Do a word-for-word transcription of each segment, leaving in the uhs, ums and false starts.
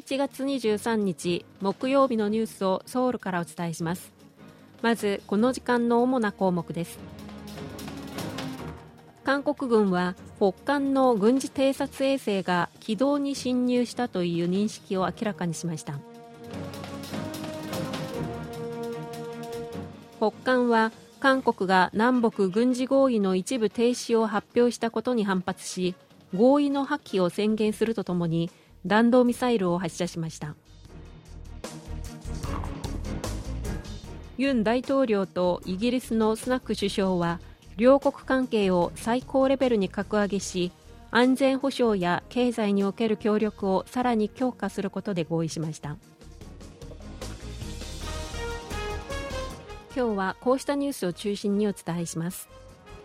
ちがつにじゅうさんにち木曜日のニュースをソウルからお伝えします。まずこの時間の主な項目です。韓国軍は北韓の軍事偵察衛星が軌道に侵入したという認識を明らかにしました。北韓は韓国が南北軍事合意の一部停止を発表したことに反発し、合意の破棄を宣言するとともに弾道ミサイルを発射しました。ユン大統領とイギリスのスナク首相は両国関係を最高レベルに格上げし、安全保障や経済における協力をさらに強化することで合意しました。今日はこうしたニュースを中心にお伝えします。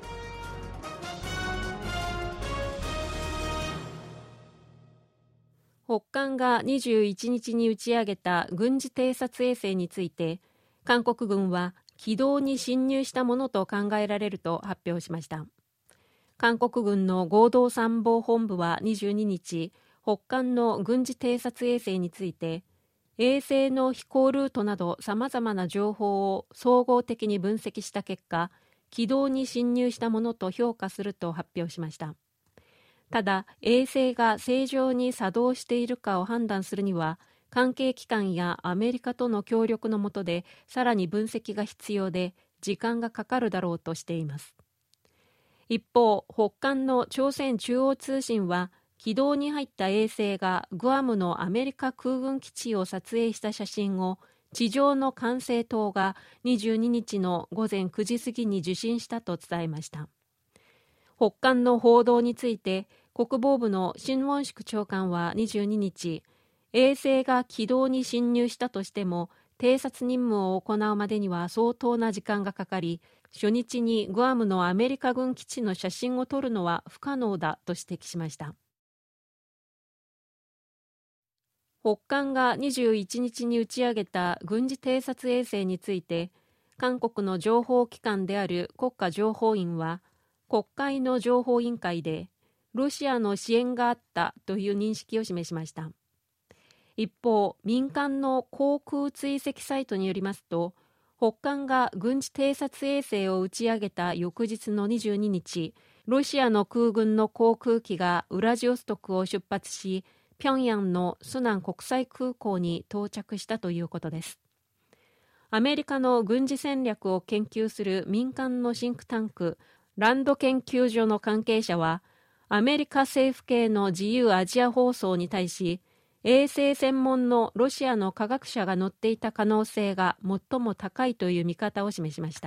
北韓がにじゅういちにちに打ち上げた軍事偵察衛星について、韓国軍は軌道に侵入したものと考えられると発表しました。韓国軍の合同参謀本部はにじゅうににち、北韓の軍事偵察衛星について、衛星の飛行ルートなどさまざまな情報を総合的に分析した結果、軌道に侵入したものと評価すると発表しました。ただ、衛星が正常に作動しているかを判断するには、関係機関やアメリカとの協力の下でさらに分析が必要で時間がかかるだろうとしています。一方、北韓の朝鮮中央通信は軌道に入った衛星がグアムのアメリカ空軍基地を撮影した写真を地上の管制塔がにじゅうににちのごぜんくじ過ぎに受信したと伝えました。北韓の報道について国防部のシン・ウォンシク長官はにじゅうににち、衛星が軌道に侵入したとしても偵察任務を行うまでには相当な時間がかかり、初日にグアムのアメリカ軍基地の写真を撮るのは不可能だと指摘しました。北韓がにじゅういちにちに打ち上げた軍事偵察衛星について、韓国の情報機関である国家情報院は国会の情報委員会でロシアの支援があったという認識を示しました。一方、民間の航空追跡サイトによりますと、北韓が軍事偵察衛星を打ち上げた翌日のにじゅうににち、ロシアの空軍の航空機がウラジオストクを出発し、平壌のスナン国際空港に到着したということです。アメリカの軍事戦略を研究する民間のシンクタンク、ランド研究所の関係者は、アメリカ政府系の自由アジア放送に対し、衛星専門のロシアの科学者が乗っていた可能性が最も高いという見方を示しました。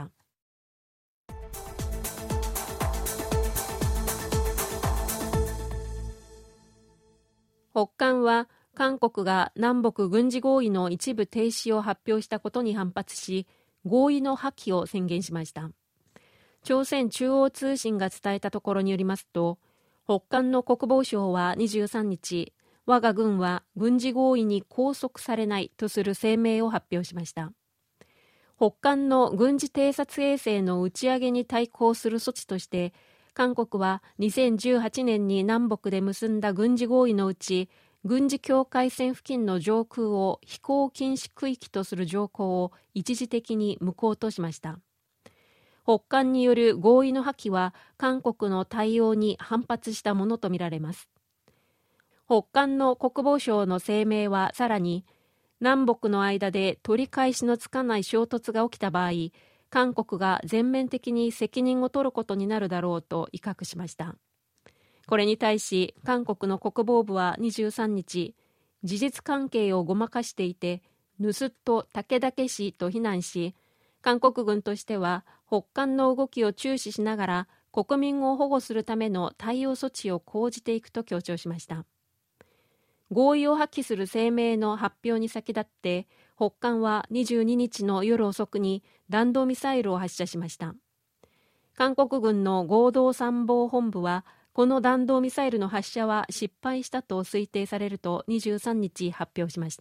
北韓は韓国が南北軍事合意の一部停止を発表したことに反発し、合意の破棄を宣言しました。朝鮮中央通信が伝えたところによりますと、北韓の国防省はにじゅうさんにち、我が軍は軍事合意に拘束されないとする声明を発表しました。北韓の軍事偵察衛星の打ち上げに対抗する措置として、韓国はにせんじゅうはちねんに南北で結んだ軍事合意のうち、軍事境界線付近の上空を飛行禁止区域とする条項を一時的に無効としました。北韓による合意の破棄は韓国の対応に反発したものとみられます。北韓の国防省の声明はさらに、南北の間で取り返しのつかない衝突が起きた場合、韓国が全面的に責任を取ることになるだろうと威嚇しました。これに対し韓国の国防部はにじゅうさんにち、事実関係をごまかしていて盗っ人武田しと非難し、韓国軍としては北韓の動きを注視しながら国民を保護するための対応措置を講じていくと強調しました。合意を破棄する声明の発表に先立って北韓はにじゅうににちの夜遅くに弾道ミサイルを発射しました。韓国軍の合同参謀本部はこの弾道ミサイルの発射は失敗したと推定されるとにじゅうさんにち発表しました。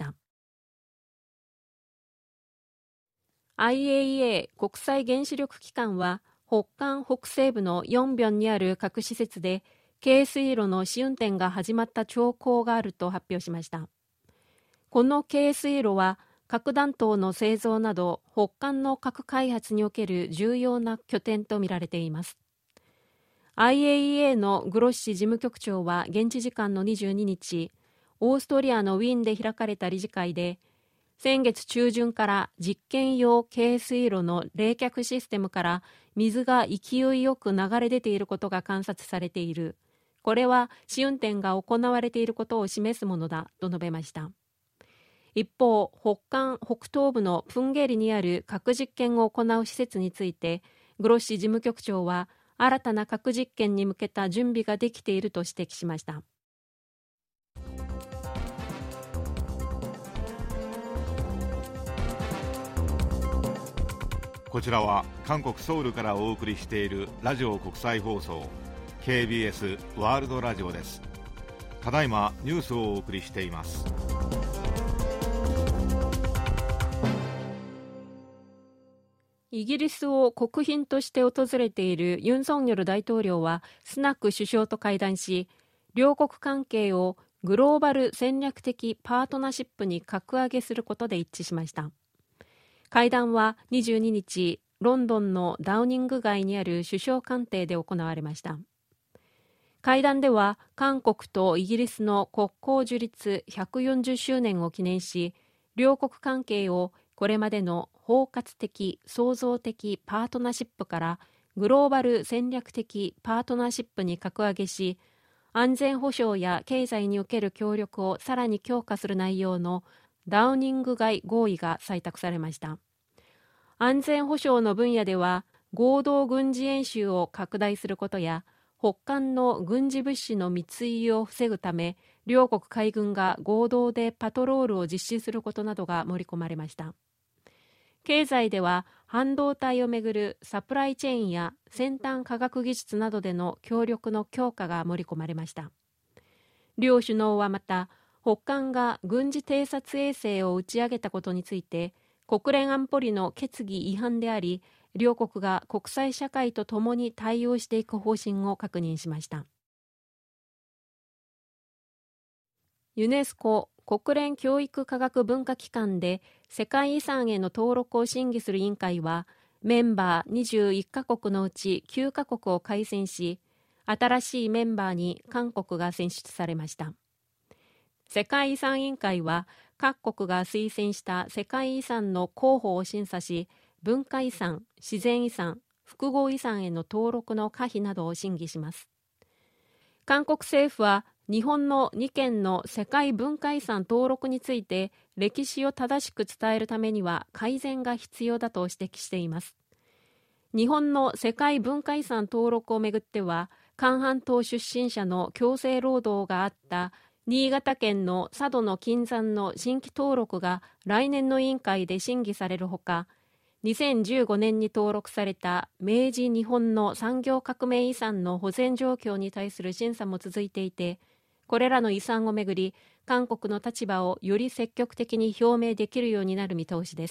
アイエーイエー 国際原子力機関は北韓北西部のヨンビョンにある核施設で軽水炉の試運転が始まった兆候があると発表しました。 この軽水炉は核弾頭の製造など北韓の核開発における重要な拠点とみられています。アイエーイーエー のグロッシ事務局長は現地時間のにじゅうににち、オーストリアのウィーンで開かれた理事会で、先月中旬から実験用軽水炉の冷却システムから水が勢いよく流れ出ていることが観察されている。これは試運転が行われていることを示すものだと述べました。一方、北韓北東部のプンゲリにある核実験を行う施設について、グロッシ事務局長は新たな核実験に向けた準備ができていると指摘しました。 こちらは韓国ソウルからお送りしているラジオ国際放送 ケービーエス ワールドラジオです。ただいまニュースをお送りしています。 イギリスを国賓として訪れているユン・ソンニョル大統領はスナク首相と会談し、両国関係をグローバル戦略的パートナーシップに格上げすることで一致しました。会談はにじゅうににち、ロンドンのダウニング街にある首相官邸で行われました。会談では韓国とイギリスの国交樹立ひゃくよんじゅっしゅうねんを記念し、両国関係をこれまでの包括的創造的パートナーシップからグローバル戦略的パートナーシップに格上げし、安全保障や経済における協力をさらに強化する内容のダウニング街合意が採択されました。安全保障の分野では合同軍事演習を拡大することや、北韓の軍事物資の密輸を防ぐため両国海軍が合同でパトロールを実施することなどが盛り込まれました。経済では半導体をめぐるサプライチェーンや先端科学技術などでの協力の強化が盛り込まれました。両首脳はまた、北韓が軍事偵察衛星を打ち上げたことについて、国連安保理の決議違反であり、両国が国際社会とともに対応していく方針を確認しました。ユネスコ国連教育科学文化機関で世界遺産への登録を審議する委員会は、メンバーにじゅういっかこくのうちきゅうかこくを改選し、新しいメンバーに韓国が選出されました。世界遺産委員会は各国が推薦した世界遺産の候補を審査し、文化遺産、自然遺産、複合遺産への登録の可否などを審議します。韓国政府は日本のにけんの世界文化遺産登録について歴史を正しく伝えるためには改善が必要だと指摘しています。日本の世界文化遺産登録をめぐっては、韓半島出身者の強制労働があった新潟県の佐渡の金山の新規登録が来年の委員会で審議されるほか、にせんじゅうごねんに登録された明治日本の産業革命遺産の保全状況に対する審査も続いていて、これらの遺産をめぐり韓国の立場をより積極的に表明できるようになる見通しです。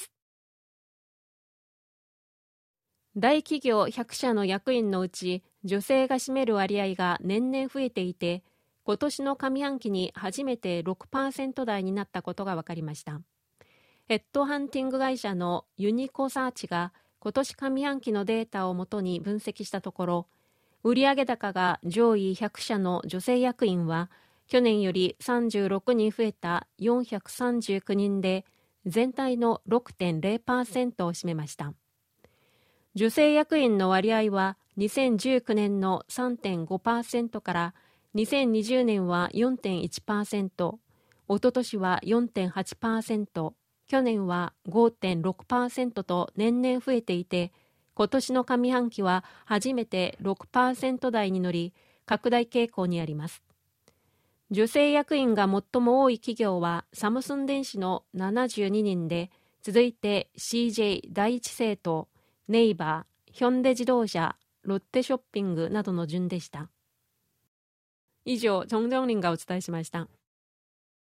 大企業ひゃくしゃの役員のうち女性が占める割合が年々増えていて、今年の上半期に初めて ろくパーセント 台になったことが分かりました。ヘッドハンティング会社のユニコサーチが今年上半期のデータをもとに分析したところ、売上高が上位ひゃくしゃの女性役員は去年よりさんじゅうろくにん増えたよんひゃくさんじゅうきゅうにんで、全体の ろくてんゼロパーセント を占めました。女性役員の割合はにせんじゅうきゅうねんの さんてんごパーセント からにせんにじゅうねんは よんてんいちパーセント、おととしは よんてんはちパーセント、去年は ごてんろくパーセント と年々増えていて、今年の上半期は初めて ろくパーセント 台に乗り、拡大傾向にあります。女性役員が最も多い企業はサムスン電子のななじゅうににんで、続いて シージェー 第一生徒、ネイバー、ヒョンデ自動車、ロッテショッピングなどの順でした。以上、정정린がお伝えしました。